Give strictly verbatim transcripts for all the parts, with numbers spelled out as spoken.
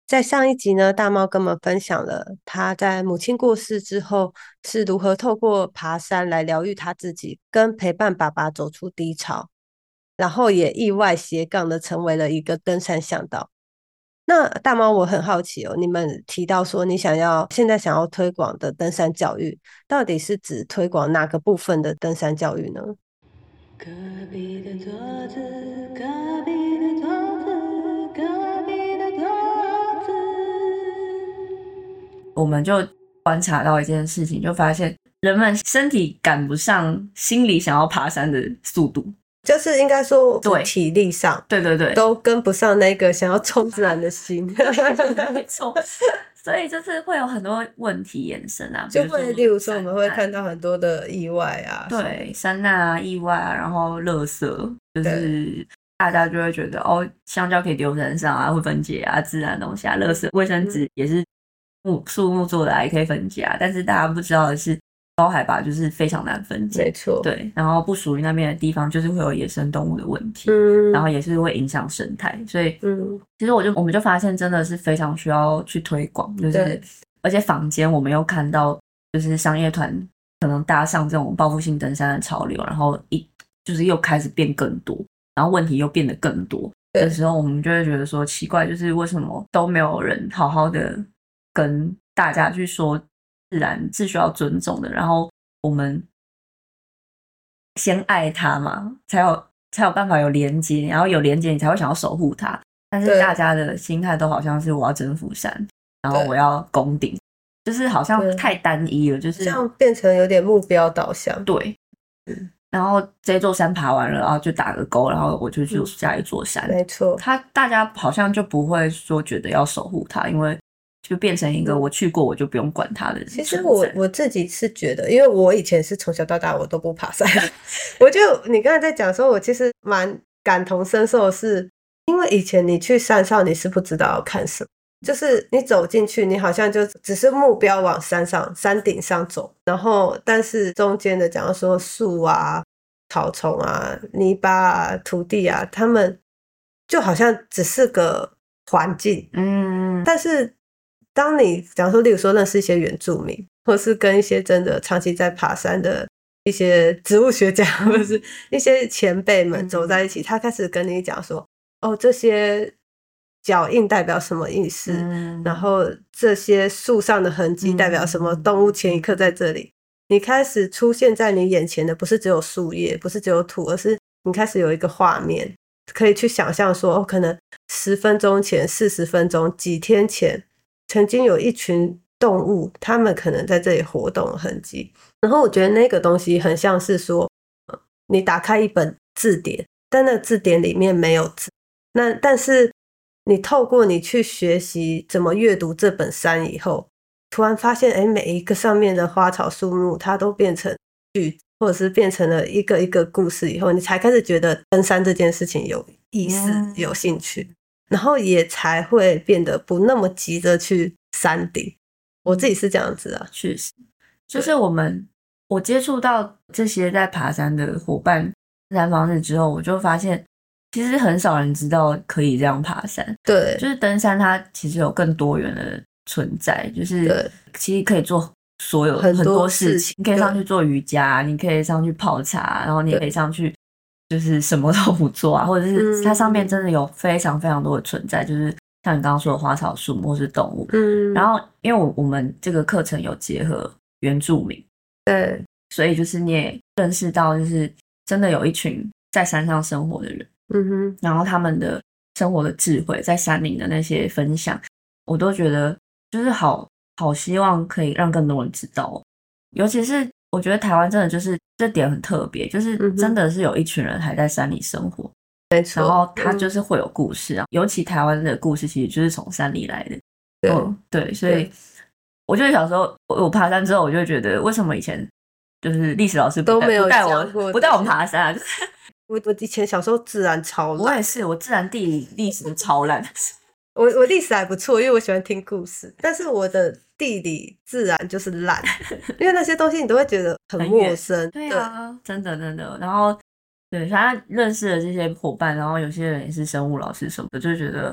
在上一集呢，大猫跟我们分享了他在母亲过世之后是如何透过爬山来疗愈他自己，跟陪伴爸爸走出低潮，然后也意外斜杠的成为了一个登山向导。那大猫，我很好奇哦，你们提到说你想要现在想要推广的登山教育，到底是指推广哪个部分的登山教育呢？ 隔壁的桌子，隔壁的桌子，隔壁的桌子。我们就观察到一件事情，就发现人们身体赶不上心里想要爬山的速度， 就是应该说对体力上， 对对对， 都跟不上那个想要冲自然的心， 没错。所以就是会有很多问题衍生啊， 就会例如说我们会看到很多的意外啊， 对，山难啊、意外啊，然后垃圾，就是大家就会觉得哦，香蕉可以丢山上啊，会分解啊，自然的东西啊，垃圾、卫生纸也是木树木做的啊，也可以分解啊。但是大家不知道的是，高海拔就是非常难分解， 没错， 对，然后不属于那边的地方，就是会有野生动物的问题， 嗯， 然后也是会影响生态，所以， 嗯， 其实我就我们就发现，真的是非常需要去推广，就是而且坊间我们又看到，就是商业团可能搭上这种报复性登山的潮流，然后一就是又开始变更多，然后问题又变得更多的时候，我们就会觉得说奇怪，就是为什么都没有人好好的跟大家去说自然是需要尊重的，然后我们先爱它嘛，才有才有办法有连接，然后有连接你才会想要守护它。但是大家的心态都好像是我要征服山，然后我要攻顶，就是好像太单一了，就是这样变成有点目标导向。 对，嗯，然后这座山爬完了，然后就打个勾，然后我就去下一座山。 没错， 他大家好像就不会说觉得要守护它，因为就变成一个我去过我就不用管它的。 其实我我自己是觉得，因为我以前是从小到大我都不爬山，我就你刚才在讲说，我其实蛮感同身受的是，因为以前你去山上你是不知道要看什么。就是你走进去，你好像就只是目标往山上、山顶上走，然后但是中间的，假如说树啊、草丛啊、泥巴啊、土地啊，他们就好像只是个环境， 嗯， 但是当你假如说，例如说认识一些原住民，或是跟一些真的长期在爬山的一些植物学家，或者是一些前辈们走在一起，他开始跟你讲说，哦，这些脚印代表什么意思？嗯、然后这些树上的痕迹代表什么？动物前一刻在这里，你开始出现在你眼前的不是只有树叶，不是只有土，而是你开始有一个画面，可以去想象说，哦，可能十分钟前、四十分钟、几天前，曾经有一群动物，它们可能在这里活动的痕迹。然后我觉得那个东西很像是说，你打开一本字典，但那字典里面没有字，那但是你透过你去学习怎么阅读这本山以后，突然发现，哎，每一个上面的花草树木，它都变成句，或者是变成了一个一个故事以后，你才开始觉得登山这件事情有意思、有兴趣，然后也才会变得不那么急着去山顶。我自己是这样子啊， 确实，就是我们我接触到这些在爬山的伙伴登山方式之后，我就发现。其实很少人知道可以这样爬山， 对， 就是登山它其实有更多元的存在，就是其实可以做所有很多事情，你可以上去做瑜伽，你可以上去泡茶，然后你也可以上去就是什么都不做啊，或者是它上面真的有非常非常多的存在，就是像你刚刚说的花草树木或是动物，嗯，然后因为我我们这个课程有结合原住民， 对， 所以就是你也认识到就是真的有一群在山上生活的人。嗯哼，然后他们的生活的智慧，在山林的那些分享，我都觉得就是好好希望可以让更多人知道。尤其是我觉得台湾真的就是这点很特别，就是真的是有一群人还在山里生活， 没错。 然后他就是会有故事啊，尤其台湾的故事其实就是从山里来的。 对、 嗯、对，所以我就小时候我我爬山之后，我就觉得为什么以前就是历史老师都没有带我不带我们爬山啊？就是我我以前小时候自然超烂， 我也是，我自然地理历史超烂。 我我历史还不错，因为我喜欢听故事，但是我的地理自然就是烂，因为那些东西你都会觉得很陌生。 对啊，真的真的。然后对，反正认识了这些伙伴，然后有些人也是生物老师什么的，就觉得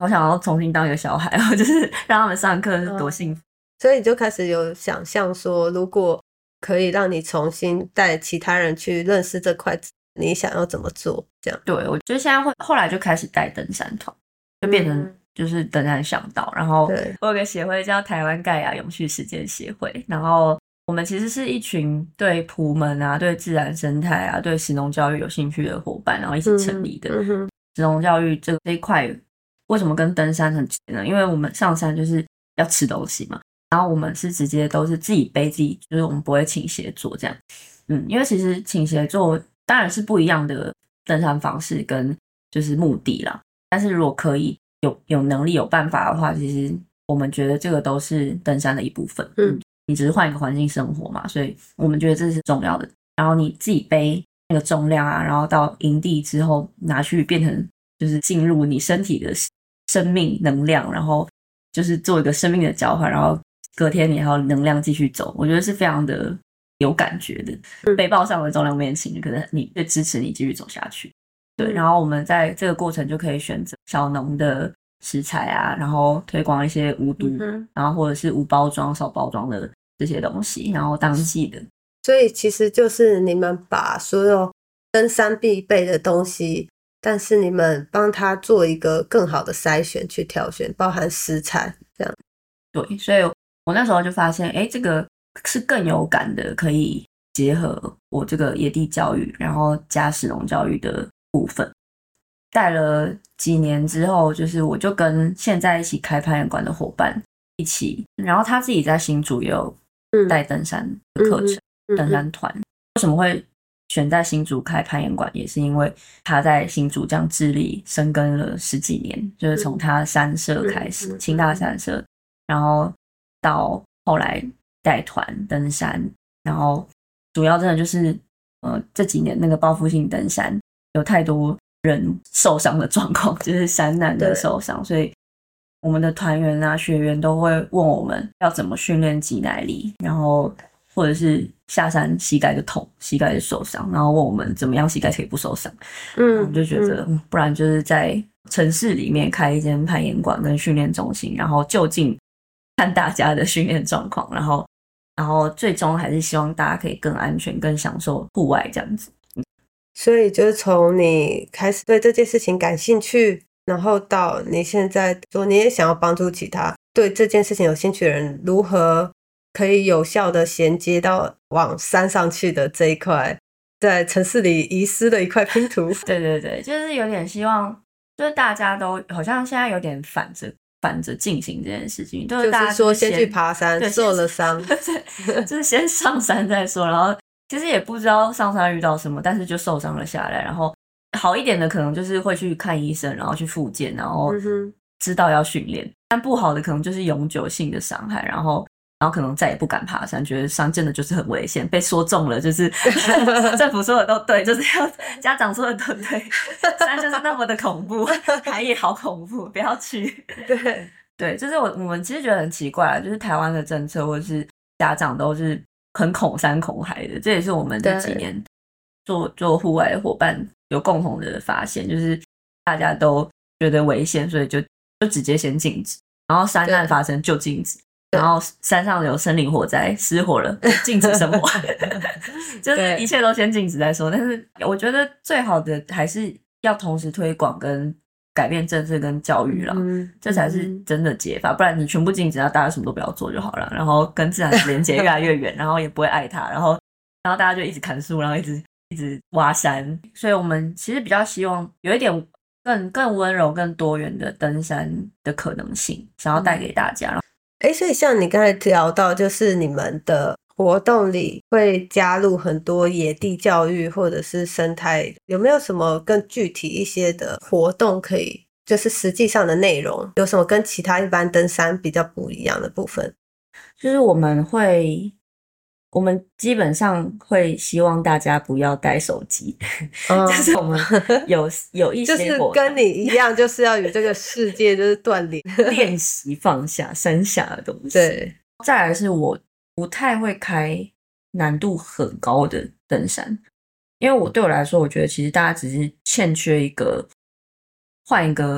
好想要重新当一个小孩，就是让他们上课是多幸福。嗯， 所以你就开始有想象说，如果可以让你重新带其他人去认识这块，你想要怎么做？这样。 对，我觉得现在会后来就开始带登山团，就变成就是登山向导。嗯、然后我有个协会叫台湾盖亚永续实践协会，然后我们其实是一群对普门啊、对自然生态啊、对食农教育有兴趣的伙伴，然后一起成立的。嗯嗯、食农教育这这一块为什么跟登山很近呢？因为我们上山就是要吃东西嘛。然后我们是直接都是自己背自己，就是我们不会请协作这样，嗯，因为其实请协作当然是不一样的登山方式跟就是目的啦，但是如果可以有有能力有办法的话，其实我们觉得这个都是登山的一部分，嗯，你只是换一个环境生活嘛，所以我们觉得这是重要的。然后你自己背那个重量啊，然后到营地之后拿去变成就是进入你身体的生命能量，然后就是做一个生命的交换，然后隔天你还有能量继续走，我觉得是非常的有感觉的。嗯、背包上的重量面前，可能你会支持你继续走下去。对，嗯、然后我们在这个过程就可以选择小农的食材啊，然后推广一些无毒，嗯、然后或者是无包装、少包装的这些东西，然后当季的。 所以其实就是你们把所有登山必备的东西，但是你们帮他做一个更好的筛选去挑选，包含食材这样。 对，所以我那时候就发现，哎，这个是更有感的，可以结合我这个野地教育，然后加食农教育的部分。带了几年之后，就是我就跟现在一起开攀岩馆的伙伴一起，然后他自己在新竹也有带登山的课程，嗯、登山团。为什么会选在新竹开攀岩馆，也是因为他在新竹这样致力深耕了十几年，就是从他山社开始，清大山社。然后到后来带团登山，然后主要真的就是呃这几年那个报复性登山有太多人受伤的状况，就是山难的受伤，所以我们的团员啊学员都会问我们要怎么训练肌耐力，然后或者是下山膝盖就痛，膝盖就受伤，然后问我们怎么样膝盖可以不受伤。嗯，我们就觉得、嗯、不然就是在城市里面开一间攀岩馆跟训练中心，然后就近看大家的训练状况，然后然后最终还是希望大家可以更安全更享受户外这样子。 所以就是从你开始对这件事情感兴趣，然后到你现在说你也想要帮助其他对这件事情有兴趣的人，如何可以有效的衔接到往山上去的这一块在城市里遗失的一块拼图。 对对对，就是有点希望就是大家都好像现在有点反着反着进行这件事情，就是大家就是说先去爬山，受了伤， 对，就是先上山再说，然后其实也不知道上山遇到什么，但是就受伤了下来，然后好一点的可能就是会去看医生，然后去复健，然后知道要训练，但不好的可能就是永久性的伤害，然后然后可能再也不敢爬山，觉得山真的就是很危险，被说中了就是政府说的都对，就是要家长说的都对，山就是那么的恐怖，海也好恐怖，不要去。 对对，就是我我们其实觉得很奇怪，就是台湾的政策或者是家长都是很恐山恐海的，这也是我们这几年做做户外的伙伴有共同的发现，就是大家都觉得危险，所以就就直接先禁止，然后山难发生就禁止，然后山上有森林火灾失火了禁止生活就是一切都先禁止再说。但是我觉得最好的还是要同时推广跟改变政策跟教育啦、嗯、这才是真的解法，不然你全部禁止，然后大家什么都不要做就好了，然后跟自然的连接越来越远然后也不会爱它，然后然后大家就一直砍树，然后一直一直挖山。所以我们其实比较希望有一点更更温柔更多元的登山的可能性想要带给大家。 诶，所以像你刚才聊到就是你们的活动里会加入很多野地教育或者是生态，有没有什么更具体一些的活动可以就是实际上的内容有什么跟其他一般登山比较不一样的部分？ 就是我们会我们基本上会希望大家不要带手机、嗯、就是我们有有一些就是跟你一样就是要与这个世界就是断联练习放下山下的东西。 对， 再来是我不太会开难度很高的登山，因为我对我来说我觉得其实大家只是欠缺一个换一个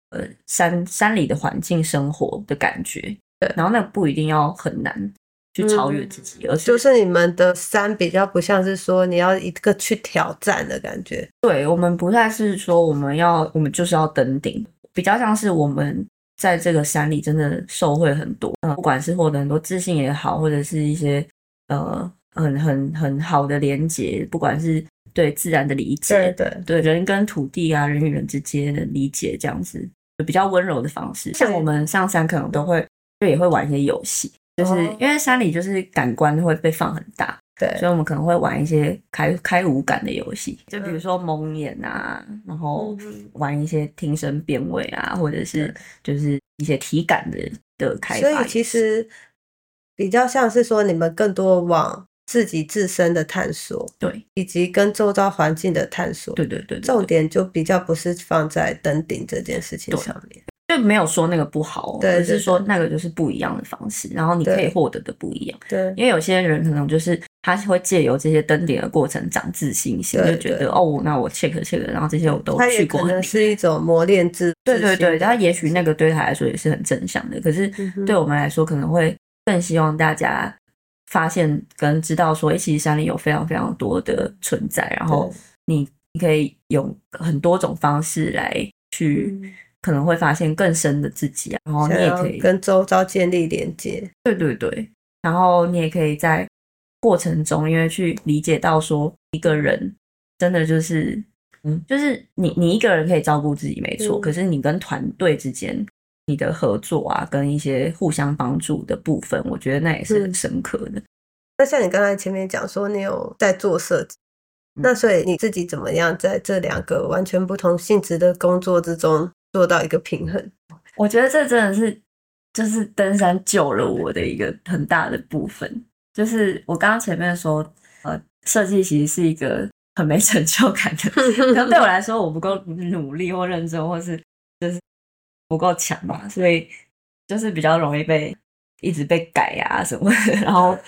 呃山山里的环境生活的感觉， 对， 然后那不一定要很难去超越自己，嗯、而是就是你们的山比较不像是说你要一个去挑战的感觉。 对，我们不太是说我们要我们就是要登顶，比较像是我们在这个山里真的受惠很多，呃，不管是获得很多自信也好，或者是一些呃很很很好的连结，不管是对自然的理解， 对对对人跟土地啊，人与人之间的理解，这样子就比较温柔的方式。像我们上山可能都会就也会玩一些游戏，就是因为山里就是感官会被放很大。 对， 所以我们可能会玩一些开开五感的游戏，就比如说蒙眼啊，然后玩一些听声辨位啊，或者是就是一些体感的的开发。 所以其实比较像是说你们更多往自己自身的探索， 对， 以及跟周遭环境的探索， 对对 对, 对, 对， 重点就比较不是放在登顶这件事情上面。 就没有说那个不好， 对对对， 而是说那个就是不一样的方式，然后你可以获得的不一样。 对， 因为有些人可能就是他会借由这些登顶的过程长自信心，就觉得哦，那我 check check， 然后这些我都去过， 可能是一种磨练自对对对，他也许那个对他来说也是很正向的，可是对我们来说可能会更希望大家发现跟知道说，其实山里有非常非常多的存在，然后你你可以用很多种方式来去。嗯，可能会发现更深的自己，然后你也可以跟周遭建立连接。 对对对，然后你也可以在过程中，因为去理解到说一个人真的就是，嗯，就是你你一个人可以照顾自己没错，嗯，可是你跟团队之间你的合作啊，跟一些互相帮助的部分，我觉得那也是很深刻的。 嗯，那像你刚才前面讲说你有在做设计，嗯，那所以你自己怎么样在这两个完全不同性质的工作之中做到一个平衡？ 我觉得这真的是就是登山救了我的一个很大的部分。就是我刚刚前面说，呃，设计其实是一个很没成就感的，可能对我来说我不够努力或认真，或是就是不够强吧，所以就是比较容易被一直被改啊什么的。然后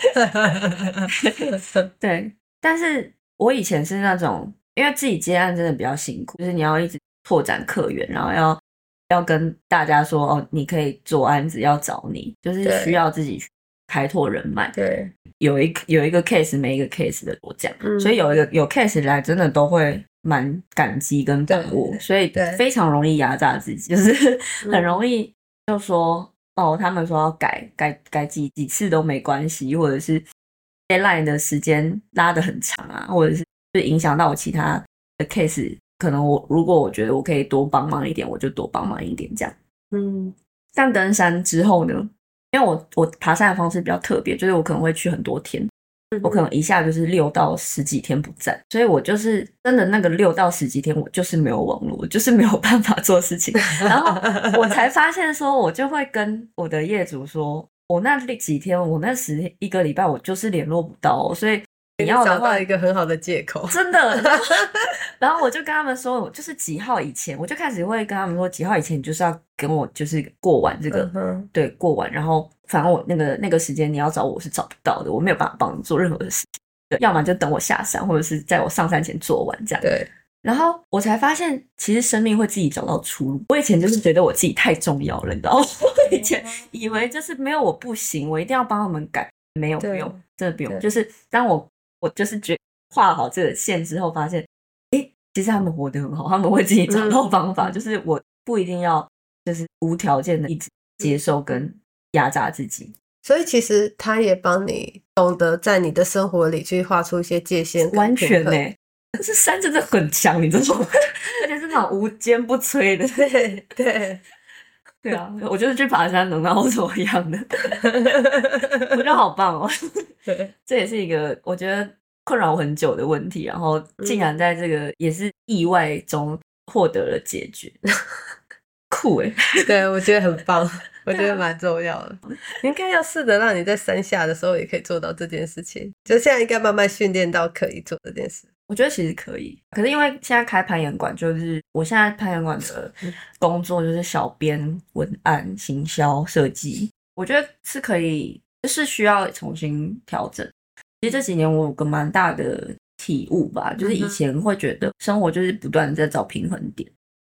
对，但是我以前是那种，因为自己接案真的比较辛苦，就是你要一直拓展客源，然后要要跟大家说哦，你可以做案子，要找你，就是需要自己去开拓人脉。 对， 有一有一个 case 没一个 case 的我讲，嗯，所以有一个有 case 来，真的都会蛮感激跟把握，所以非常容易压榨自己，就是很容易就说哦，他们说要改改改几几次都没关系，或者是 deadline 的时间拉得很长啊，或者是就影响到我其他的 case。可能我如果我觉得我可以多帮忙一点，我就多帮忙一点这样。嗯，但登山之后呢，因为我我爬山的方式比较特别，就是我可能会去很多天，嗯，我可能一下就是六到十几天不在，所以我就是真的那个六到十几天，我就是没有网络，我就是没有办法做事情。然后我才发现说，我就会跟我的业主说，我那几天，我那十一个礼拜，我就是联络不到，所以。你要找到一个很好的借口， 真的。然后我就跟他们说，我就是几号以前，我就开始会跟他们说，几号以前你就是要跟我就是过完这个，嗯，对，过完。然后反正我那个那个时间你要找我是找不到的，我没有办法帮你做任何的事情。对，要么就等我下山，或者是在我上山前做完这样。 对。 然后我才发现，其实生命会自己找到出路。我以前就是觉得我自己太重要了，你知道吗？我以前以为就是没有我不行，我一定要帮他们改。没有，没有，真的不用。就是当我我就是觉画好这个线之后，发现，诶，其实他们活得很好，他们会自己找到方法。嗯，就是我不一定要就是无条件的一直接受跟压榨自己。 所以其实他也帮你懂得在你的生活里去画出一些界限， 完全呢，欸。可是山真的很强，你知道吗？而且是那种无坚不摧的。 对对对啊，我就是去爬山能让我怎么样的，我觉得好棒哦。对，这也是一个我觉得困扰我很久的问题，然后竟然在这个也是意外中获得了解决。酷耶。 对，我觉得很棒，我觉得蛮重要的。你应该要试着让你在山下的时候也可以做到这件事情，就现在应该慢慢训练到可以做这件事。 我觉得其实可以，可是因为现在开攀岩馆，就是我现在攀岩馆的工作就是小编、文案、行销、设计，我觉得是可以，就是需要重新调整。其实这几年我有个蛮大的体悟吧，就是以前会觉得生活就是不断在找平衡点，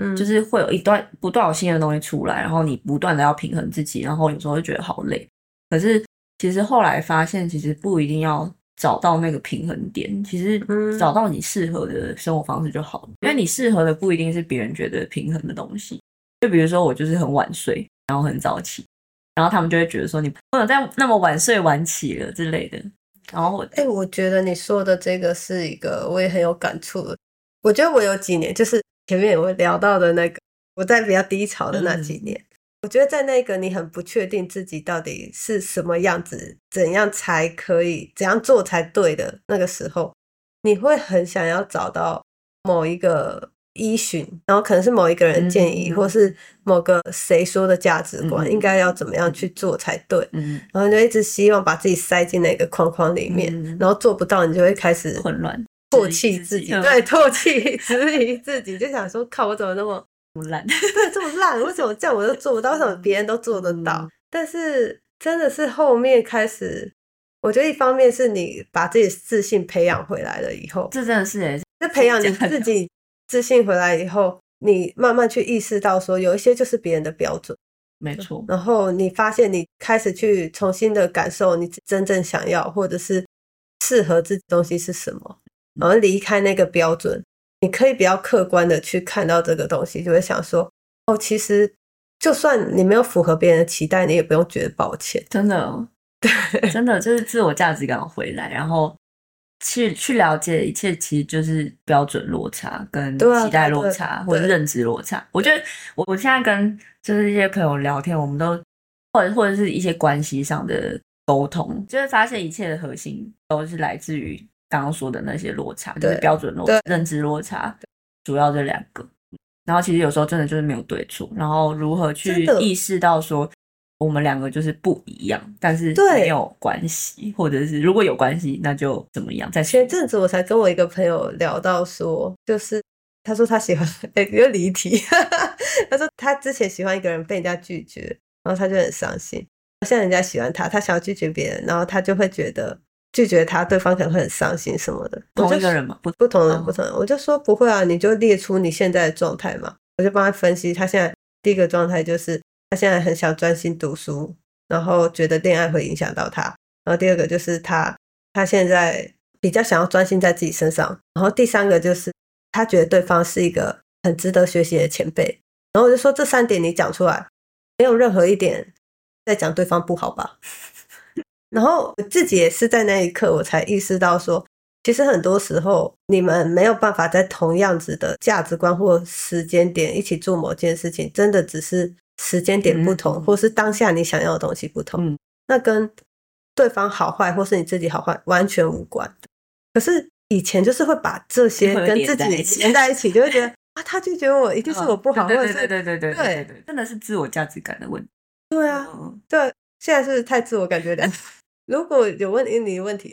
嗯， 就是会有一段不断有新的东西出来，然后你不断的要平衡自己，然后有时候会觉得好累。可是其实后来发现，其实不一定要找到那个平衡点，其实找到你适合的生活方式就好了。因为你适合的不一定是别人觉得平衡的东西。就比如说我就是很晚睡，然后很早起，然后他们就会觉得说你不能再那么晚睡晚起了之类的。然后我， 哎、欸，我觉得你说的这个是一个我也很有感触的。我觉得我有几年，就是前面我聊到的那个，我在比较低潮的那几年，嗯、我觉得在那个你很不确定自己到底是什么样子，怎样才可以，怎样做才对的那个时候，你会很想要找到某一个依循，然后可能是某一个人建议，嗯、或是某个谁说的价值观，嗯、应该要怎么样去做才对，嗯、然后就一直希望把自己塞进那个框框里面，嗯、然后做不到，你就会开始混乱。 唾弃自己，对，唾弃、质疑自己，就想说，靠，我怎么那么烂？ 对，这么烂，为什么这样我都做不到？为什么别人都做得到？嗯、但是真的是后面开始，我觉得一方面是你把自己自信培养回来了以后， 这真的是耶， 就培养你自己自信回来以后，你慢慢去意识到说，有一些就是别人的标准， 没错。 然后你发现你开始去重新的感受你真正想要或者是适合自己的东西是什么。然后离开那个标准，你可以比较客观的去看到这个东西，就会想说，哦，其实就算你没有符合别人的期待，你也不用觉得抱歉。 真的，对，真的就是自我价值感回来，然后去去了解一切，其实就是标准落差跟期待落差，啊、或者认知落差。我觉得我我现在跟就是一些朋友聊天，我们都或者或者是一些关系上的沟通，就会发现一切的核心都是来自于刚刚说的那些落差，就是标准落差、认知落差，主要这两个。然后其实有时候真的就是没有对错，然后如何去意识到说我们两个就是不一样，但是没有关系，或者是如果有关系那就怎么样。在前阵子我才跟我一个朋友聊到说，就是他说他喜欢，哎、欸，有点离题。他说他之前喜欢一个人被人家拒绝，然后他就很伤心。现在人家喜欢他，他想要拒绝别人，然后他就会觉得。拒绝他，对方可能会很伤心什么的。 同一个人吗？ 不，不同人，不同人。我就说不会啊，你就列出你现在的状态嘛。我就帮他分析，他现在第一个状态就是他现在很想专心读书，然后觉得恋爱会影响到他。然后第二个就是他他现在比较想要专心在自己身上。然后第三个就是他觉得对方是一个很值得学习的前辈。然后我就说这三点你讲出来，没有任何一点在讲对方不好吧。然后我自己也是在那一刻我才意识到说，其实很多时候你们没有办法在同样子的价值观或时间点一起做某件事情，真的只是时间点不同，嗯、或是当下你想要的东西不同，嗯、那跟对方好坏或是你自己好坏完全无关。可是以前就是会把这些跟自己连在一起，就会觉得啊，他拒绝我一定是我不好， 对对对对对对对对，真的是自我价值感的问题。 对啊，嗯、对，现在是不是太自我感觉良？如果有问题，你的问题，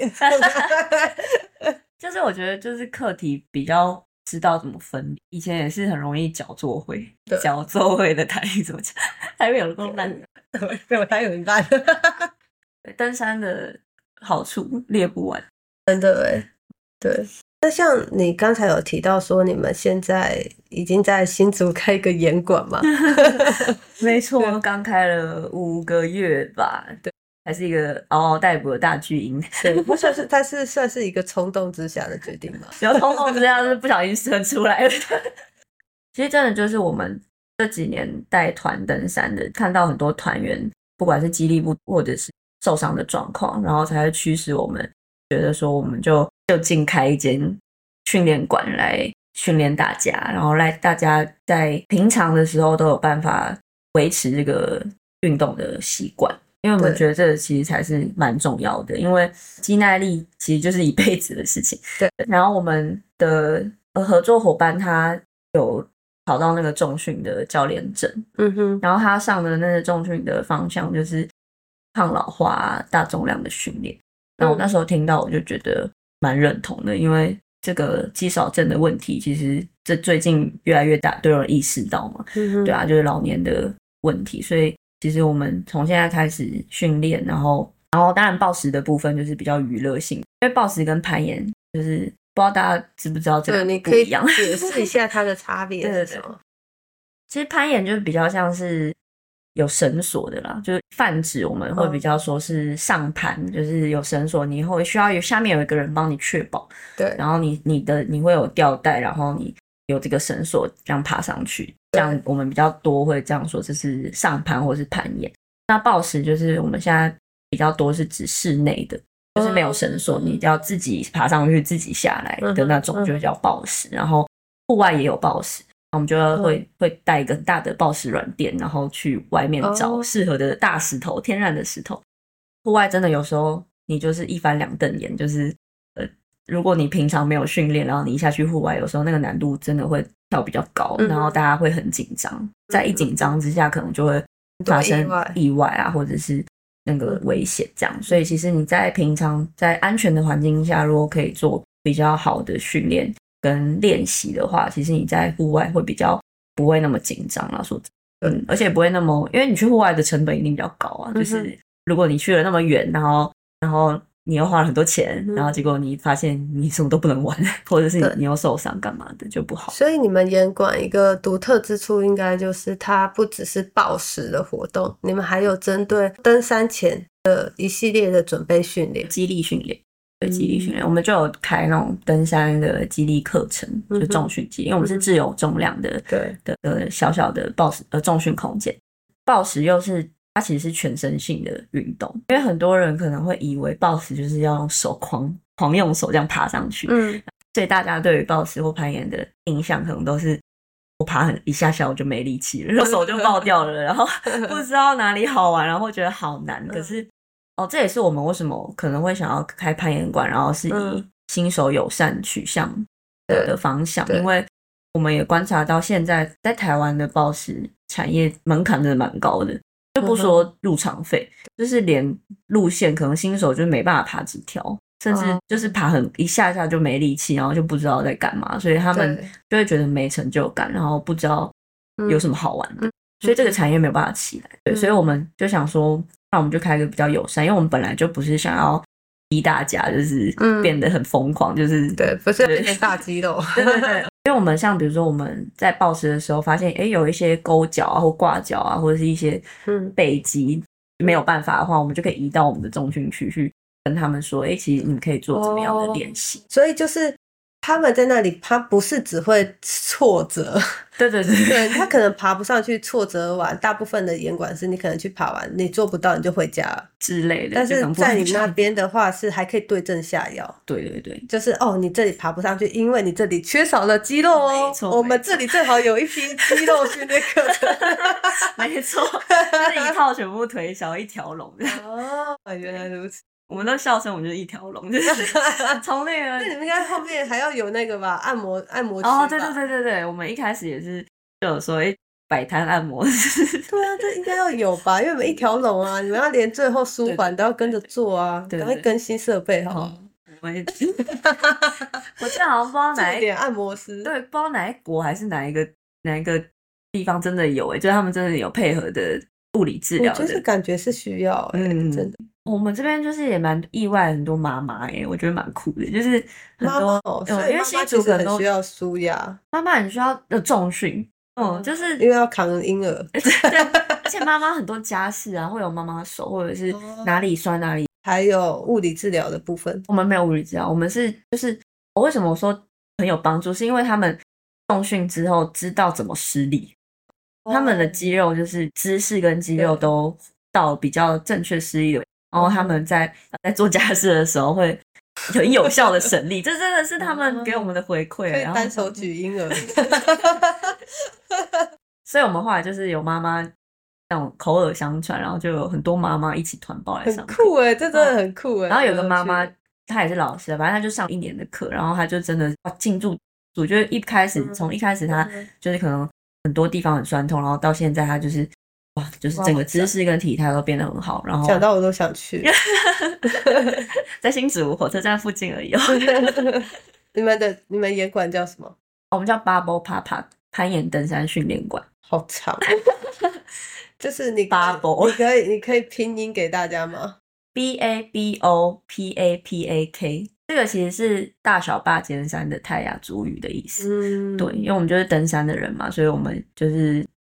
就是我觉得就是课题比较知道怎么分，以前也是很容易脚作会，脚作会的台语怎么讲？台语有够烂， 对，我台语很烂。 登山的好处列不完， 真的哎，对。那像你刚才有提到说，你们现在已经在新竹开一个岩馆嘛？ 没错，刚开了五个月吧。对。还是一个嗷嗷待哺的大巨婴， 对，不算是，它是算是一个冲动之下的决定嘛？ 有冲动之下是不小心生出来的。其实真的就是我们这几年带团登山的，看到很多团员，不管是肌力不或者是受伤的状况，然后才会驱使我们觉得说，我们就就近开一间训练馆来训练大家，然后来大家在平常的时候都有办法维持这个运动的习惯。因为我们觉得这其实才是蛮重要的，因为肌耐力其实就是一辈子的事情。 对， 然后我们的合作伙伴他有考到那个重训的教练证，嗯哼，然后他上的那个重训的方向就是抗老化、大重量的训练。然后我那时候听到我就觉得蛮认同的，因为这个肌少症的问题其实这最近越来越大，都有人意识到嘛，嗯哼，对啊，就是老年的问题，所以其实我们从现在开始训练，然后然后当然抱石的部分就是比较娱乐性，因为抱石跟攀岩就是不知道大家知不知道这个不一样， 你可以解释一下它的差别是什么？ 其实攀岩就是比较像是有绳索的啦，就是泛指我们会比较说是上攀，嗯、就是有绳索，你会需要有下面有一个人帮你确保， 对， 然后你你的你会有吊带，然后你有这个绳索这样爬上去，这样我们比较多会这样说这是上攀或是攀岩。那抱石就是我们现在比较多是指室内的，就是没有绳索，你要自己爬上去自己下来的那种，就叫抱石。然后户外也有抱石，我们就会会带一个很大的抱石软垫，然后去外面找适合的大石头，天然的石头。户外真的有时候你就是一翻两瞪眼，就是呃，如果你平常没有训练，然后你一下去户外，有时候那个难度真的会跳比较高，然后大家会很紧张，在一紧张之下，可能就会发生意外啊，或者是那个危险这样。所以其实你在平常在安全的环境下，如果可以做比较好的训练跟练习的话，其实你在户外会比较不会那么紧张啦，说真的，嗯，而且不会那么，因为你去户外的成本一定比较高啊，就是如果你去了那么远，然后然后你又花了很多钱，然后结果你发现你什么都不能玩，或者是 你, 你又受伤干嘛的就不好。 所以你们岩馆一个独特之处应该就是它不只是抱石的活动，你们还有针对登山前的一系列的准备训练， 肌力训练。对，肌力训练，我们就有开那种登山的肌力课程，就重训肌，因为我们是自由重量的， 对的的小小的抱石呃重训空间。抱石又是它其实是全身性的运动，因为很多人可能会以为抱石就是要用手狂狂用手这样爬上去，嗯，所以大家对于抱石或攀岩的印象可能都是我爬很一下下我就没力气了，然后手就爆掉了，然后不知道哪里好玩，然后觉得好难，可是。哦，这也是我们为什么可能会想要开攀岩馆，然后是以新手友善取向 的,、嗯、的方向，因为我们也观察到现在在台湾的抱石产业门槛真的蛮高的，就不说入场费，嗯、就是连路线可能新手就没办法爬几条，甚至就是爬很一下下就没力气，然后就不知道在干嘛，所以他们就会觉得没成就感，然后不知道有什么好玩的，嗯、所以这个产业没有办法起来。对，所以我们就想说。那我们就开一个比较友善，因为我们本来就不是想要逼大家就是变得很疯狂，嗯、就是对，不是变成大肌肉。 对对对，因为我们像比如说我们在抱石的时候发现，哎，有一些勾脚啊或挂脚啊，或者是一些背肌、嗯、没有办法的话，我们就可以移到我们的重训区去跟他们说，哎，其实你们可以做怎么样的练习。 哦、所以就是他们在那里，他不是只会挫折。 对对对， 对，他可能爬不上去，挫折完，大部分的岩馆是你可能去爬完，你做不到你就回家了之类的。 但是在你那边的话，是还可以对症下药。 对对对， 就是哦，你这里爬不上去，因为你这里缺少了肌肉哦。 没错， 我们这里正好有一批肌肉训练课程。 没错，就是一套全部腿小一条龙。 哦，原来如此。 我们都笑称我们就是一条龙，就是从那个。 那你们应该后面还要有那个吧，按摩按摩区。 哦，对对对对对，我们一开始也是就有说，哎，摆摊按摩。 对啊，这应该要有吧，因为我们一条龙啊，你们要连最后舒缓都要跟着做啊，赶快更新设备好吗？ 我也我记得好像不知道哪一点按摩师， 对，不知道哪一国还是哪一个哪一个地方真的有哎、欸，就是他们真的有配合的物理治疗的， 我就是感觉是需要哎、欸，嗯，真的。 我们这边就是也蛮意外，很多妈妈哎，我觉得蛮酷的，就是很多， 哦、嗯，因为新竹可能很需要舒压， 妈妈很需要的重训，嗯，就是因为要扛婴儿， 对，而且妈妈很多家事啊，会有妈妈手或者是哪里酸哪里， 还有物理治疗的部分。 我们没有物理治疗，我们是就是我为什么说很有帮助，是因为他们重训之后知道怎么施力，哦、他们的肌肉就是姿势跟肌肉都到比较正确施力的。然后他们在在做家事的时候会很有效的省力，这真的是他们给我们的回馈。 可以单手举婴儿， 所以我们后来就是有妈妈那种口耳相传，然后就有很多妈妈一起团报来上课， 很酷哎、欸，这真的很酷哎、欸。 然后有个妈妈，她也是老师，反正她就上一年的课，然后她就真的进驻组，就一开始从、嗯、一开始她就是可能很多地方很酸痛，然后到现在她就是。哇，就是整个姿势跟体态都变得很好，然后讲到我都想去。 在新竹火车站附近而已、哦。 你们的你们岩馆叫什么？ 我们叫 Bubble Papa 攀岩登山训练馆。 好长，就是你 Bubble， 你可以你可以拼音给大家吗 ？B A B O P A P A K， 这个其实是大小坝尖山的泰雅族语的意思。嗯，对，因为我们就是登山的人嘛，所以我们就是。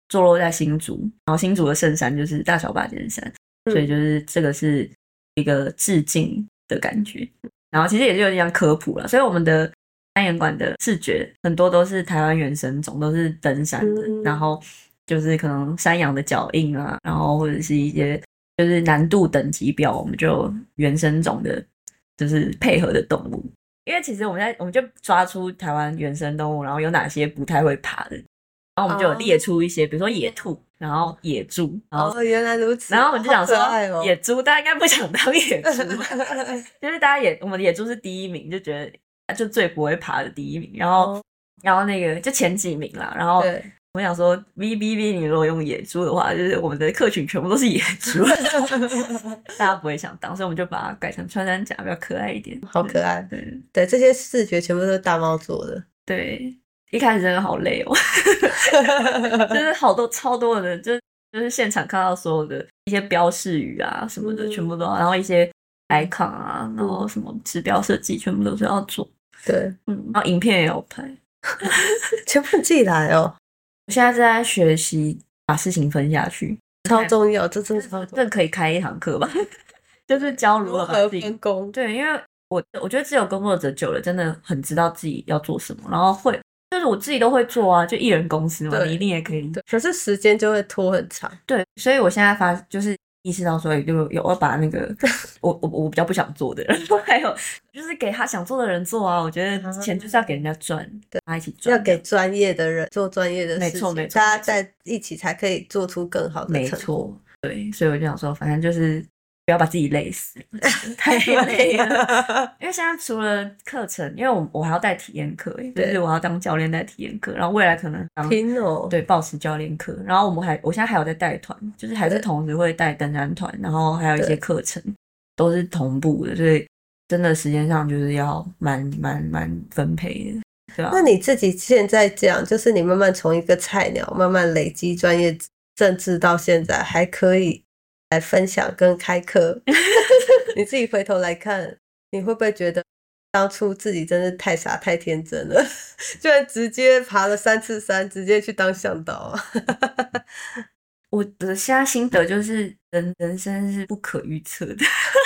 坐落在新竹，然后新竹的圣山就是大小八尖山， 嗯所以就是这个是一个致敬的感觉。然后其实也是有点像科普了，所以我们的山岩馆的视觉很多都是台湾原生种，都是登山的， 嗯然后就是可能山羊的脚印啊，然后或者是一些就是难度等级表，我们就原生种的，就是配合的动物。因为其实我们在我们就抓出台湾原生动物，然后有哪些不太会爬的，然后我们就有列出一些，哦、比如说野兔，然后野猪，然后、 哦、原来如此， 然后我们就想说， 哦、 野猪大家应该不想当野猪吧，就是大家野我们的野猪是第一名，就觉得就最不会爬的第一名，然后、哦、然后那个就前几名啦，然后我想说 V B V 你如果用野猪的话，就是我们的客群全部都是野猪，大家不会想当，所以我们就把它改成穿山甲，比较可爱一点， 好可爱。 对对，这些视觉全部都是大猫做的。 对，一开始真的好累哦，就是好多超多的，就就是现场看到所有的一些标示语啊什么的，嗯、全部都要，然后一些 icon 啊，然后什么指标设计，全部都是要做。 对， 嗯，然后影片也有拍， 全部自己来哦。 我现在正在学习把事情分下去， 超重要，这真的超重要， 这可以开一堂课吧？就是教如何分工。 对，因为我我觉得自由工作者久了，真的很知道自己要做什么，然后会就是我自己都会做啊，就艺人公司嘛，你一定也可以。 对，可是时间就会拖很长。 对，所以我现在发就是意识到说，就有要把那个我我我比较不想做的人，还有就是给他想做的人做啊。我觉得钱就是要给人家赚，对，大家一起赚， 要给专业的人做专业的事情， 没错没错， 大家在一起才可以做出更好的成果。 没错，对，所以我就想说，反正就是不要把自己累死，太累了。因为现在除了课程，因为我我还要带体验课，就是我要当教练带体验课，然后未来可能当拼哦， 对，抱持教练课，然后我们还我现在还有在带团，就是还是同时会带登山团，然后还有一些课程都是同步的，所以真的时间上就是要蛮蛮蛮分配的，对吧？ 那你自己现在这样，就是你慢慢从一个菜鸟慢慢累积专业政治到现在还可以来分享跟开课，你自己回头来看，你会不会觉得当初自己真是太傻太天真了，居然直接爬了三次山，直接去当向导啊？ 我的现在心得就是人人生是不可预测的，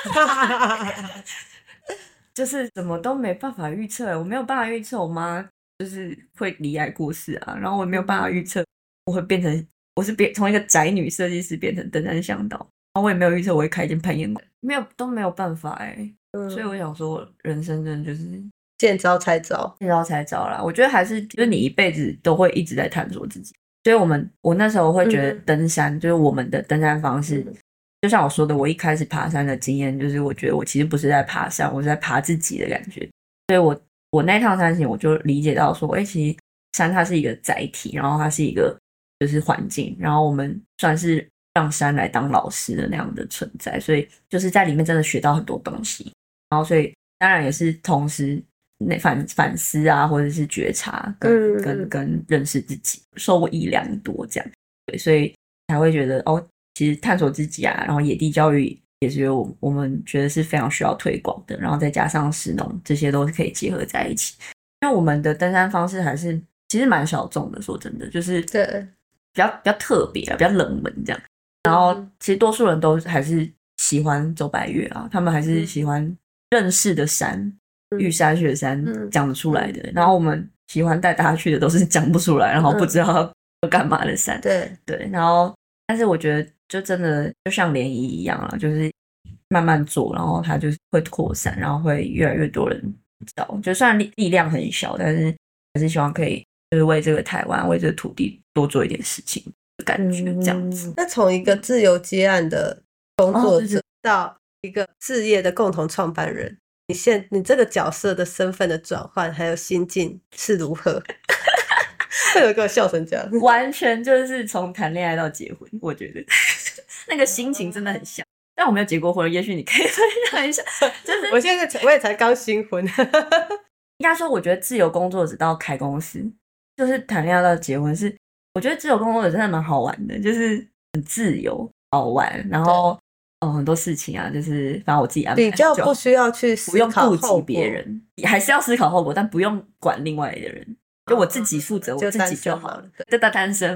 就是怎么都没办法预测，我没有办法预测我妈就是会离癌过世啊，然后我没有办法预测我会变成我是变从一个宅女设计师变成登山向导，然后我也没有预测我会开一间攀岩馆，没有都没有办法哎、欸嗯，所以我想说人生真的就是见招拆招， 见招拆招啦。我觉得还是就是你一辈子都会一直在探索自己，所以我们我那时候会觉得登山、嗯、就是我们的登山方式、嗯、就像我说的，我一开始爬山的经验就是我觉得我其实不是在爬山，我是在爬自己的感觉，所以我我那趟山行我就理解到说哎、欸，其实山它是一个载体，然后它是一个就是环境，然后我们算是让山来当老师的那样的存在，所以就是在里面真的学到很多东西，然后所以当然也是同时反反思啊，或者是觉察跟、嗯、跟跟认识自己，受益良多这样，对，所以才会觉得哦，其实探索自己啊，然后野地教育也是我我们觉得是非常需要推广的，然后再加上食农，这些都是可以结合在一起，因为我们的登山方式还是其实蛮小众的，说真的，就是对比较比较特别啊，比较冷门这样。然后其实多数人都还是喜欢走百岳啊，他们还是喜欢认识的山、嗯、玉山雪山讲得出来的、嗯、然后我们喜欢带大家去的都是讲不出来，然后不知道要干嘛的山、嗯、对对，然后但是我觉得就真的就像涟漪一样啊，就是慢慢做，然后它就是会扩散，然后会越来越多人知道，就虽然力力量很小，但是还是希望可以就是为这个台湾为这个土地多做一点事情的感觉、嗯、这样子。 那从一个自由接案的工作者到一个事业的共同创办人，你现你这个角色的身份的转换还有心境是如何？会有一个笑成这样， 完全就是从谈恋爱到结婚，我觉得那个心情真的很像。但我没有结过婚，也许你可以分享一下。就是我现在我也才刚新婚。 应该说，我觉得自由工作者到开公司，就是谈恋爱到结婚是，我觉得自由工作者真的蛮好玩的，就是很自由好玩，然后嗯很多事情啊，就是反正我自己安排， 比较不需要去思考不用顾及别人，还是要思考后果，但不用管另外的人，就我自己负责、哦、我自己就好了。对，单单身嘛，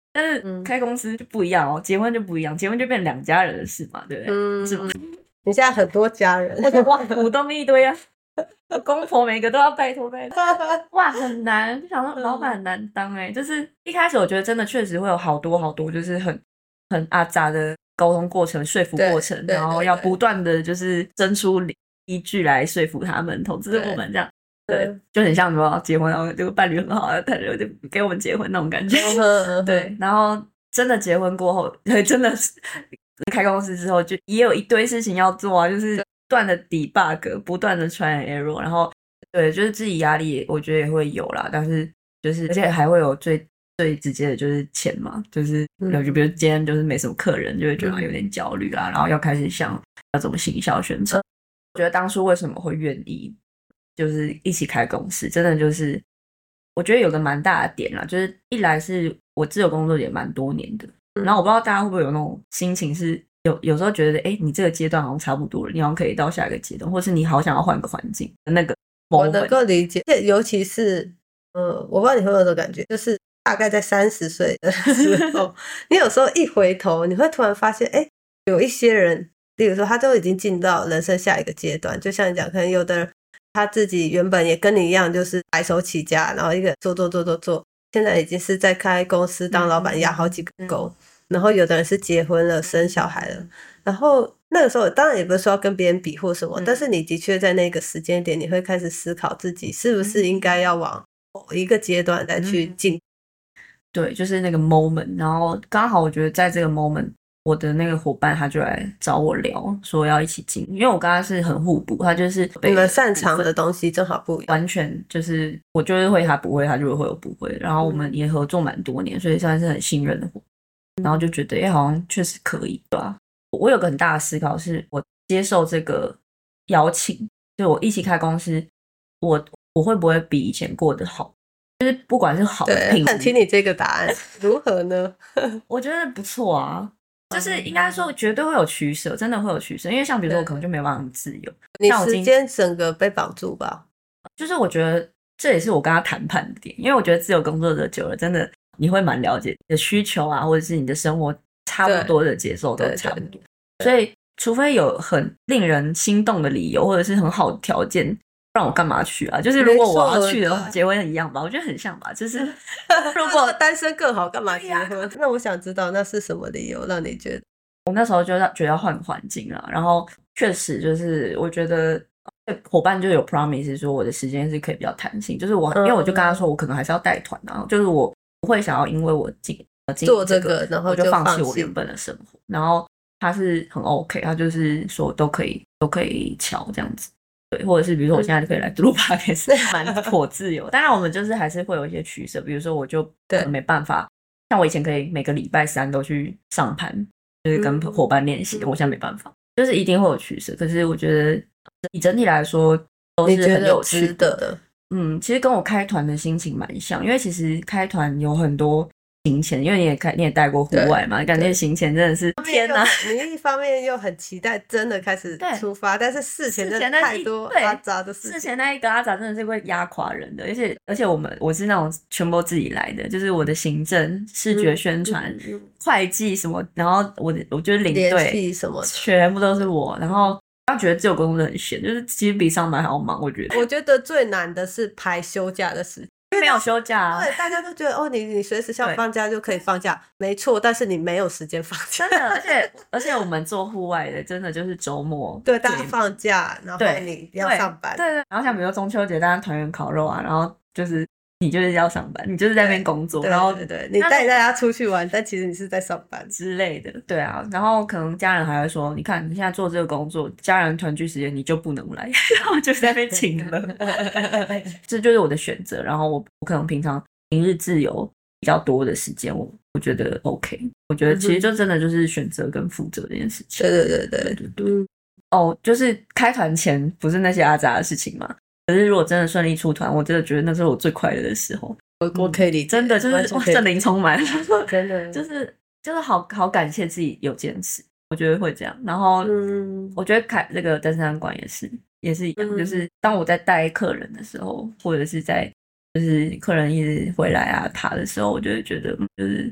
但是开公司就不一样哦，结婚就不一样，结婚就变两家人的事嘛，对不对？嗯，是吗？ 你现在很多家人， 哇，股东一堆啊，公婆每个都要拜托拜托，哇，很难。就想说老板很难当哎、欸，就是一开始我觉得真的确实会有好多好多，就是很很阿杂的沟通过程、说服过程，然后要不断的就是争出依据来说服他们投资我们这样。对，就很像什么结婚，然后这个伴侣很好，他就就给我们结婚那种感觉。对，然后真的结婚过后，真的是开公司之后，就也有一堆事情要做啊，就是不断的 debug， 不断的 try and error， 然后对，就是自己压力，我觉得也会有啦。但是就是而且还会有最最直接的就是钱嘛，就是就比如今天就是没什么客人，就会觉得有点焦虑啦，然后要开始想要怎么行销宣传。我觉得当初为什么会愿意？就是一起开公司，真的就是我觉得有个蛮大的点啦，就是一来是我自由工作也蛮多年的，然后我不知道大家会不会有那种心情是有有时候觉得哎、欸，你这个阶段好像差不多了，你好像可以到下一个阶段，或是你好想要换个环境那个 moment。 我能够理解，尤其是呃，我不知道你会不会有这种感觉，就是大概在三十岁的时候，你有时候一回头，你会突然发现，哎、欸，有一些人，例如说他都已经进到人生下一个阶段，就像你讲，可能有的人。他自己原本也跟你一样，就是白手起家，然后一个做做做做做，现在已经是在开公司当老板，压好几个工、嗯。然后有的人是结婚了，生小孩了。然后那个时候，当然也不是说要跟别人比或什么、嗯，但是你的确在那个时间点，你会开始思考自己是不是应该要往某一个阶段再去进、嗯。 对，就是那个 moment。然后刚好我觉得在这个 moment。我的那个伙伴他就来找我聊，说要一起进，因为我跟他是很互补，他就是你们擅长的东西正好不一样， 完全就是我就是会他不会，他就会我不会，然后我们也合作蛮多年，所以算是很信任的伙伴，然后就觉得哎、欸，好像确实可以，对吧？我有个很大的思考是，我接受这个邀请，就我一起开公司，我我会不会比以前过得好？就是不管是好的品质， 想听你这个答案如何呢？ 我觉得不错啊。就是应该说绝对会有取舍，真的会有取舍，因为像比如说我可能就没有办法很自由， 你时间整个被绑住吧。 就是我觉得这也是我跟他谈判的点，因为我觉得自由工作者久了，真的你会蛮了解你的需求啊，或者是你的生活差不多的节奏都差不多，所以除非有很令人心动的理由，或者是很好的条件。不然我干嘛去啊？就是如果我要去的话，结婚一样吧，我觉得很像吧。就是如果单身更好，干嘛结婚？那我想知道那是什么理由让你觉得？ 我那时候就觉得要换环境了，然后确实就是我觉得伙伴就有 promise 说我的时间是可以比较弹性，就是我、嗯、因为我就跟他说我可能还是要带团啊，就是我不会想要因为我进做这个，然后我就放弃我原本的生活。然后他是很 OK， 他就是说都可以都可以瞧这样子。对，或者是比如说我现在就可以来录 podcast， 蛮颇自由。当然我们就是还是会有一些取舍，比如说我就没办法，像我以前可以每个礼拜三都去上盘，就是跟伙伴练习、嗯，我现在没办法，就是一定会有取舍。可是我觉得以整体来说都是很有趣的。嗯，其实跟我开团的心情蛮像，因为其实开团有很多行前，因为你也开你也带过户外嘛，感觉行前真的是天哪！ 你一方面又很期待真的开始出发，但是事前真的太多阿杂的事情。 事前那一个阿杂真的是会压垮人的，而且而且我们我是那种全部自己来的，就是我的行政、视觉宣传、嗯嗯、会计什么，然后我的我就是领队什么， 全部都是我，然后。他觉得自由工作很闲，就是其实比上班还要忙。我觉得， 我觉得最难的是排休假的时间， 没有休假、啊。 对，大家都觉得哦，你你随时想放假就可以放假，没错，但是你没有时间放假。 真的，而且而且我们做户外的，真的就是周末， 对，大家放假，然后你要上班， 对 对, 对。然后像比如说中秋节，大家团圆烤肉啊，然后就是。你就是要上班，你就是在那边工作，然后对对对，你带大家出去玩，但其实你是在上班之类的，对啊。然后可能家人还会说，你看你现在做这个工作，家人团聚时间你就不能来，然后就在那边请了，这就是我的选择。然后我我可能平常平日自由比较多的时间，我我觉得 OK， 我觉得其实就真的就是选择跟负责这件事情。 对对对对对对对。哦，就是开团前不是那些阿杂的事情吗？可是如果真的顺利出团，我真的觉得那是我最快乐的时候。 我我可以理解， 真的就是哇，圣灵充满， 真的就是就是好好感谢自己有坚持，我觉得会这样。然后，嗯，我觉得开这个登山馆也是也是一样、嗯，就是当我在带客人的时候，或者是在就是客人一直回来啊爬的时候，我就会觉得就是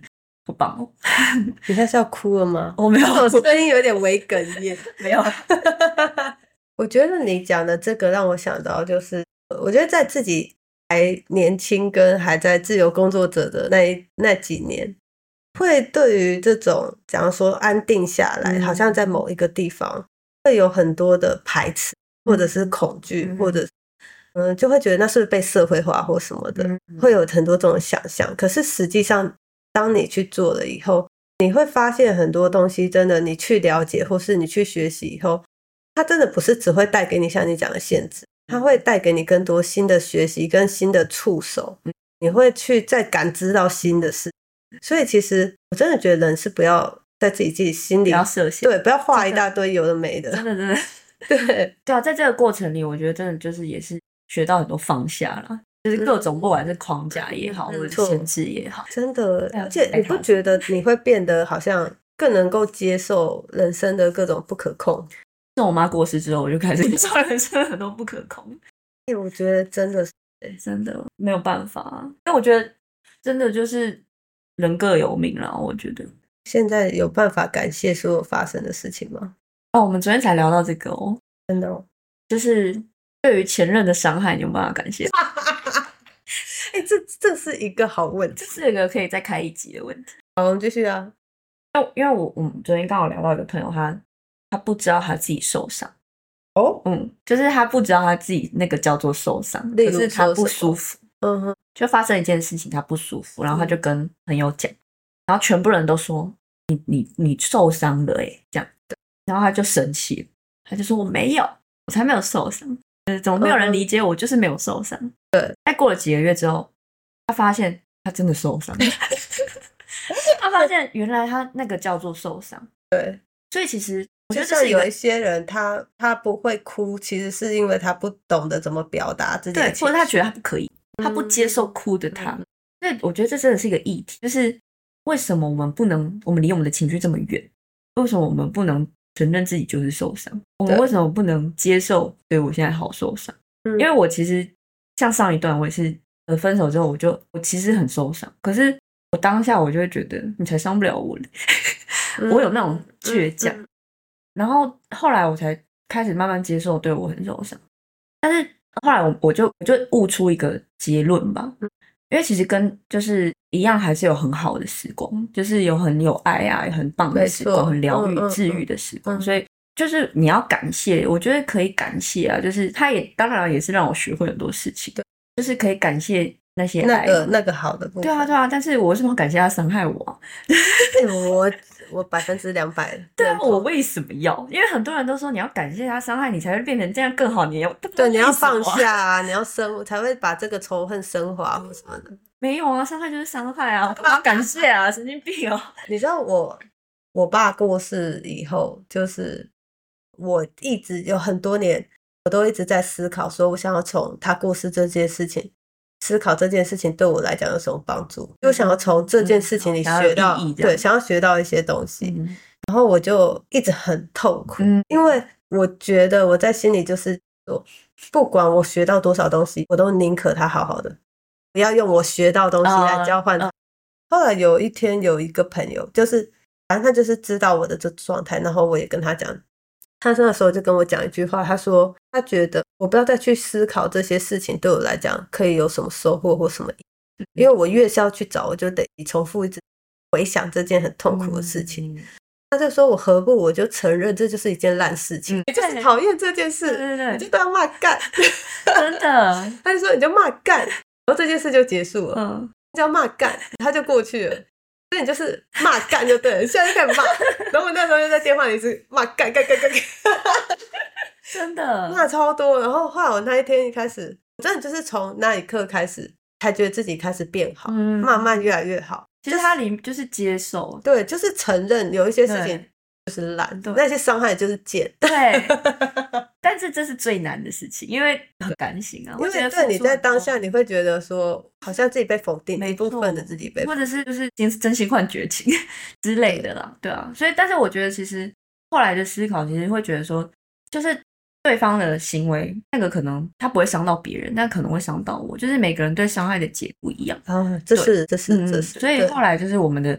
好棒哦！ 你现在是要哭了吗？ 我没有， 我声音有点微哽咽。 没有。 我觉得你讲的这个让我想到，就是我觉得在自己还年轻跟还在自由工作者的那那几年，会对于这种假如说安定下来，嗯、好像在某一个地方会有很多的排斥，或者是恐惧，嗯、或者嗯，就会觉得那是不是被社会化或什么的，嗯、会有很多这种想象。可是实际上，当你去做了以后，你会发现很多东西真的，你去了解或是你去学习以后，它真的不是只会带给你像你讲的限制，它会带给你更多新的学习跟新的触手，你会去再感知到新的事。所以其实我真的觉得人是不要在自己自己心里不要设限， 对，不要画一大堆有的没的， 真的真的对对啊，在这个过程里，我觉得真的就是也是学到很多放下啦，就是各种不管是框架也好，嗯、或者是限制也好， 真的，而且你不觉得你会变得好像更能够接受人生的各种不可控？ 自我妈过世之后，我就开始接受人生很多不可控。 哎、欸，我觉得真的是， 真的没有办法、啊，因为我觉得真的就是人各有命啦。我觉得现在有办法感谢所有发生的事情吗？ 哦，我们昨天才聊到这个哦， 真的哦， 就是对于前任的伤害，你有办法感谢？ 哎、欸，这这是一个好问题， 这是一个可以再开一集的问题。 好，我们继续啊。 因为我我们昨天刚好聊到一个朋友，他他不知道他自己受伤。 哦， 嗯，就是他不知道他自己那个叫做受伤，可是他不舒服。 嗯哼， 就发生一件事情，他不舒服，然后他就跟朋友讲，然后全部人都说你你你受伤了欸，这样，然后他就生气了，他就说我没有，我才没有受伤，呃，怎么没有人理解我，就是没有受伤。 对， 再过了几个月之后，他发现他真的受伤，他发现原来他那个叫做受伤。 对， 所以其实我觉得就像有一些人他他不会哭，其实是因为他不懂得怎么表达自己的情绪， 对，或者他觉得他不可以，他不接受哭的他。嗯、所以我觉得这真的是一个议题，就是为什么我们不能，我们离我们的情绪这么远？为什么我们不能承认自己就是受伤？我们为什么不能接受？对，我现在好受伤，嗯、因为我其实像上一段我也是，呃，分手之后我就我其实很受伤，可是我当下我就会觉得你才伤不了我嘞。我有那种倔强，嗯嗯嗯、然后后来我才开始慢慢接受，对我很受伤。但是后来我我就我就悟出一个结论吧，嗯、因为其实跟就是一样，还是有很好的时光，就是有很有爱啊，有很棒的时光，很疗愈、嗯、治愈的时光。嗯、所以就是你要感谢，我觉得可以感谢啊，就是他也当然也是让我学会很多事情，对，就是可以感谢。那些那个那个好的部分， 对啊对啊，但是我为什么感谢他伤害我、啊？ 我我百分之两百， 对啊，我为什么要？因为很多人都说你要感谢他伤害你，才会变成这样更好。你要对，你要放下啊，你要升，才会把这个仇恨升华或什么的。 没有啊，伤害就是伤害啊，我干嘛要感谢啊？神经病哦！ 你知道我我爸过世以后，就是我一直有很多年，我都一直在思考，说我想要从他过世这件事情。思考这件事情对我来讲有什么帮助，就想要从这件事情里学到、嗯、对，想要学到一些东西、嗯、然后我就一直很痛苦、嗯、因为我觉得我在心里就是说不管我学到多少东西，我都宁可他好好的，不要用我学到东西来交换、uh, uh, 后来有一天有一个朋友，就是反正他就是知道我的这状态，然后我也跟他讲，他那时候就跟我讲一句话，他说他觉得我不要再去思考这些事情对我来讲可以有什么收获或什么，因为我越是要去找，我就得重复一直回想这件很痛苦的事情、嗯、他就说我何不我就承认这就是一件烂事情、嗯、你就是讨厌这件事，对对对，你就都要骂干真的他就说你就骂干，然后这件事就结束了，嗯，你就要骂干他就过去了，所以你就是骂干就对了，现在就开始骂，然后我那时候就在电话里是骂干干干干干， 真的骂超多。然后后来我那一天一开始，我真的就是从那一刻开始，才觉得自己开始变好，嗯、慢慢越来越好。 其实他里就是接受， 对，就是承认有一些事情就是烂，那些伤害就是贱， 对。但是这是最难的事情，因为很甘心啊。 因为对你在当下，你会觉得说，好像自己被否定，一部分的自己被否定， 或者是就是真心换绝情之类的啦，对啊。所以，但是我觉得其实后来的思考，其实会觉得说，就是对方的行为，那个可能他不会伤到别人，但可能会伤到我。就是每个人对伤害的解不一样啊，这是这是、嗯、这是。 所以后来就是我们的。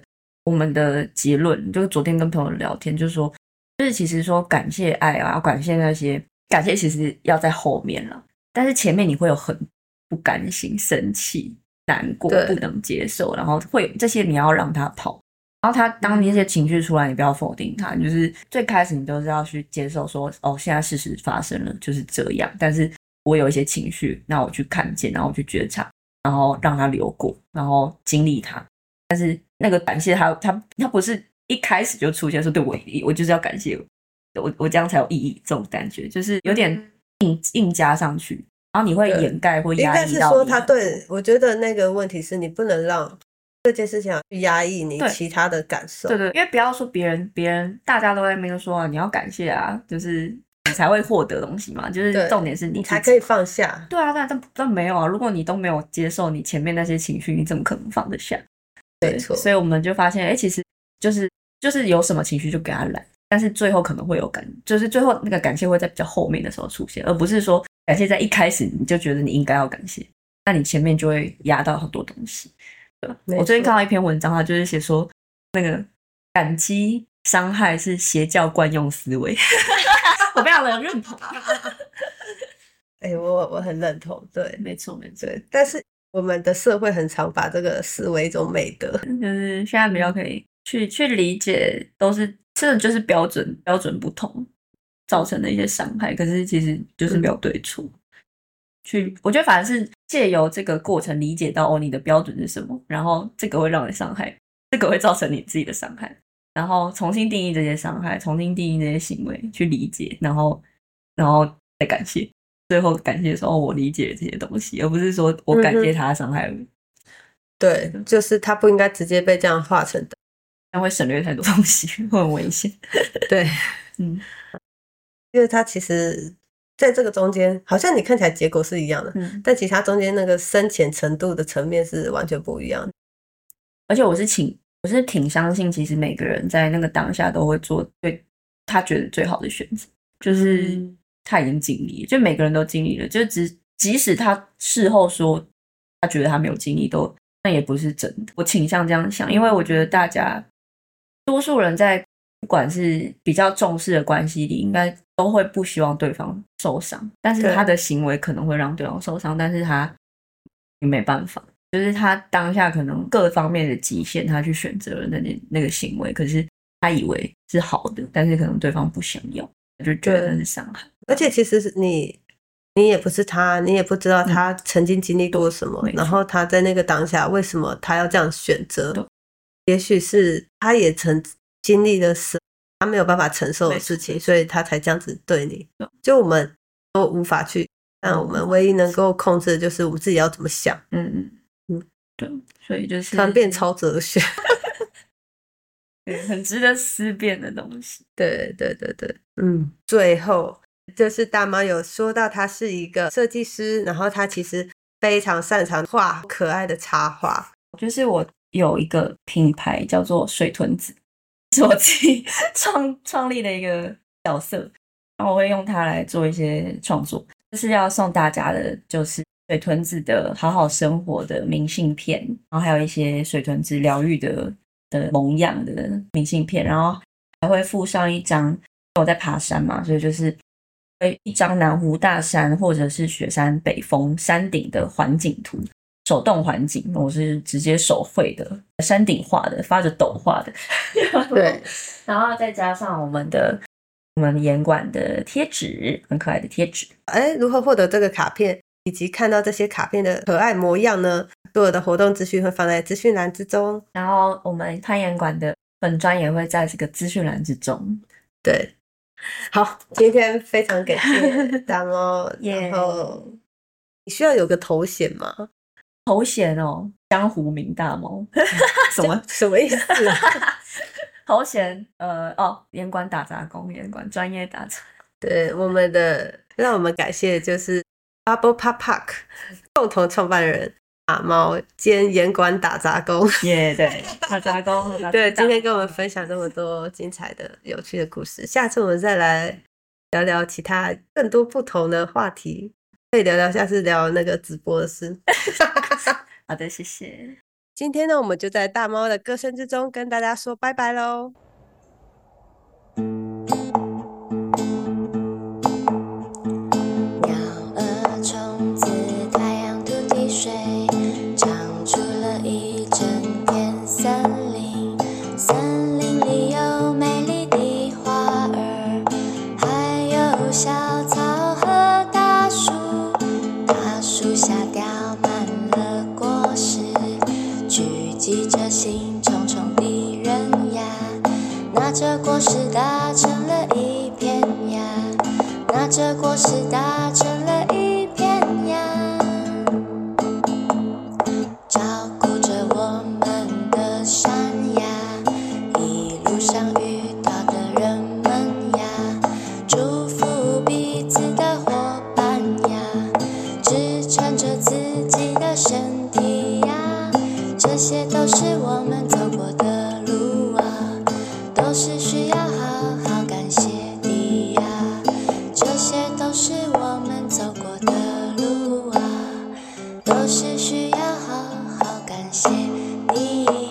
我们的结论，就是昨天跟朋友聊天，就是说，就是其实说感谢爱啊，感谢那些感谢，其实要在后面了，但是前面你会有很不甘心、生气、难过、不能接受，然后会这些你要让他跑。然后他当那些情绪出来，你不要否定他，就是最开始你都是要去接受说，哦，现在事实发生了就是这样，但是我有一些情绪，那我去看见，然后我去觉察，然后让他流过，然后经历它。但是那个感谢他，他他不是一开始就出现说对我我就是要感谢我，我这样才有意义，这种感觉就是有点硬硬加上去，然后你会掩盖或压抑到。 应该是说他对我觉得那个问题是你不能让这件事情去压抑你其他的感受。 对对，因为不要说别人别人大家都在那边说、啊、你要感谢啊，就是你才会获得东西嘛，就是重点是 你, 你才可以放下。 对啊，但但但没有啊，如果你都没有接受你前面那些情绪，你怎么可能放得下？ 没错， 所以我们就发现，哎，其实就是就是有什么情绪就给他来，但是最后可能会有感，就是最后那个感谢会在比较后面的时候出现，而不是说感谢在一开始你就觉得你应该要感谢，那你前面就会压到很多东西。对，我最近看到一篇文章，它就是写说那个感激伤害是邪教惯用思维，我非常的认同。 哎、欸，我我很认同，对， 没错没错， 但是我们的社会很常把这个视为一种美德， 就是现在比较可以去去理解，都是这就是标准标准不同造成的一些伤害，可是其实就是没有对错。嗯、去，我觉得反而是借由这个过程理解到哦，你的标准是什么，然后这个会让你伤害，这个会造成你自己的伤害，然后重新定义这些伤害，重新定义这些行为，去理解，然后然后再感谢。最后感谢说、哦、我理解这些东西，而不是说我感谢他的伤害而已、嗯、 对，就是他不应该直接被这样化成的， 这样会省略太多东西，会很危险。 对， 嗯， 因为他其实在这个中间好像你看起来结果是一样的、嗯、但其实他中间那个深浅程度的层面是完全不一样的。 而且我是挺我是挺相信其实每个人在那个当下都会做对他觉得最好的选择，就是他已经经历了，就每个人都经历了，就只即使他事后说他觉得他没有经历都那也不是真的。我倾向这样想，因为我觉得大家多数人在不管是比较重视的关系里应该都会不希望对方受伤，但是他的行为可能会让对方受伤，但是他没办法，就是他当下可能各方面的极限他去选择了那那个行为，可是他以为是好的，但是可能对方不想要，就觉得那是伤害。 而且其实你你也不是他，你也不知道他曾经经历过什么、嗯、然后他在那个当下为什么他要这样选择，也许是他也曾经历了什他没有办法承受的事情，所以他才这样子对你，就我们都无法去，但我们唯一能够控制的就是我们自己要怎么想。 嗯嗯嗯，对，所以就是突然变超哲学对，很值得思辨的东西。 对对对对，嗯，最后就是大猫有说到他是一个设计师，然后他其实非常擅长画可爱的插画。 就是我有一个品牌叫做水豚子，是我自己创创立的一个角色，然后我会用它来做一些创作。就是要送大家的就是水豚子的好好生活的明信片，然后还有一些水豚子疗愈的的蒙养的明信片，然后还会附上一张，我在爬山嘛，所以就是一张南湖大山或者是雪山北峰山顶的环景图，手动环景，我是直接手绘的，山顶画的，发着抖画的， 对， 然后再加上我们的我们严管的贴纸，很可爱的贴纸。 哎，如何获得这个卡片以及看到这些卡片的可爱模样呢？所有的活动资讯会放在资讯栏之中， 然后我们攀岩馆的本专也会在这个资讯栏之中。 对，好，今天非常感谢大猫 yeah. 然后你需要有个头衔吗？ 头衔哦，江湖名大猫什么什么意思啊？ 头衔呃哦，严管打杂工，严管专业打杂。 对，我们的让我们感谢就是 Bubble Pop Park 共同创办人大猫兼严管打杂工。 耶、yeah, 对，打杂工。 对，今天跟我们分享这么多精彩的、有趣的故事，下次我们再来聊聊其他更多不同的话题，可以聊聊下次聊那个直播的事。 好的，谢谢。 今天呢，我们就在大猫的歌声之中跟大家说拜拜喽。 鸟儿虫子太阳土地水，长出了一整片森林。森林里有美丽的花儿，还有小草和大树。大树下掉满了果实，聚集着心重重的人呀，拿着果实打成了一片呀，拿着果实打成了一片呀，照顾着我们的山呀，一路上遇到的人们呀，祝福彼此的伙伴呀，支撑着自己的身体呀，这些都是我们走过的路啊，都是需要好好感谢的呀，这些都是我们走过的路啊，都是需要好好感谢你。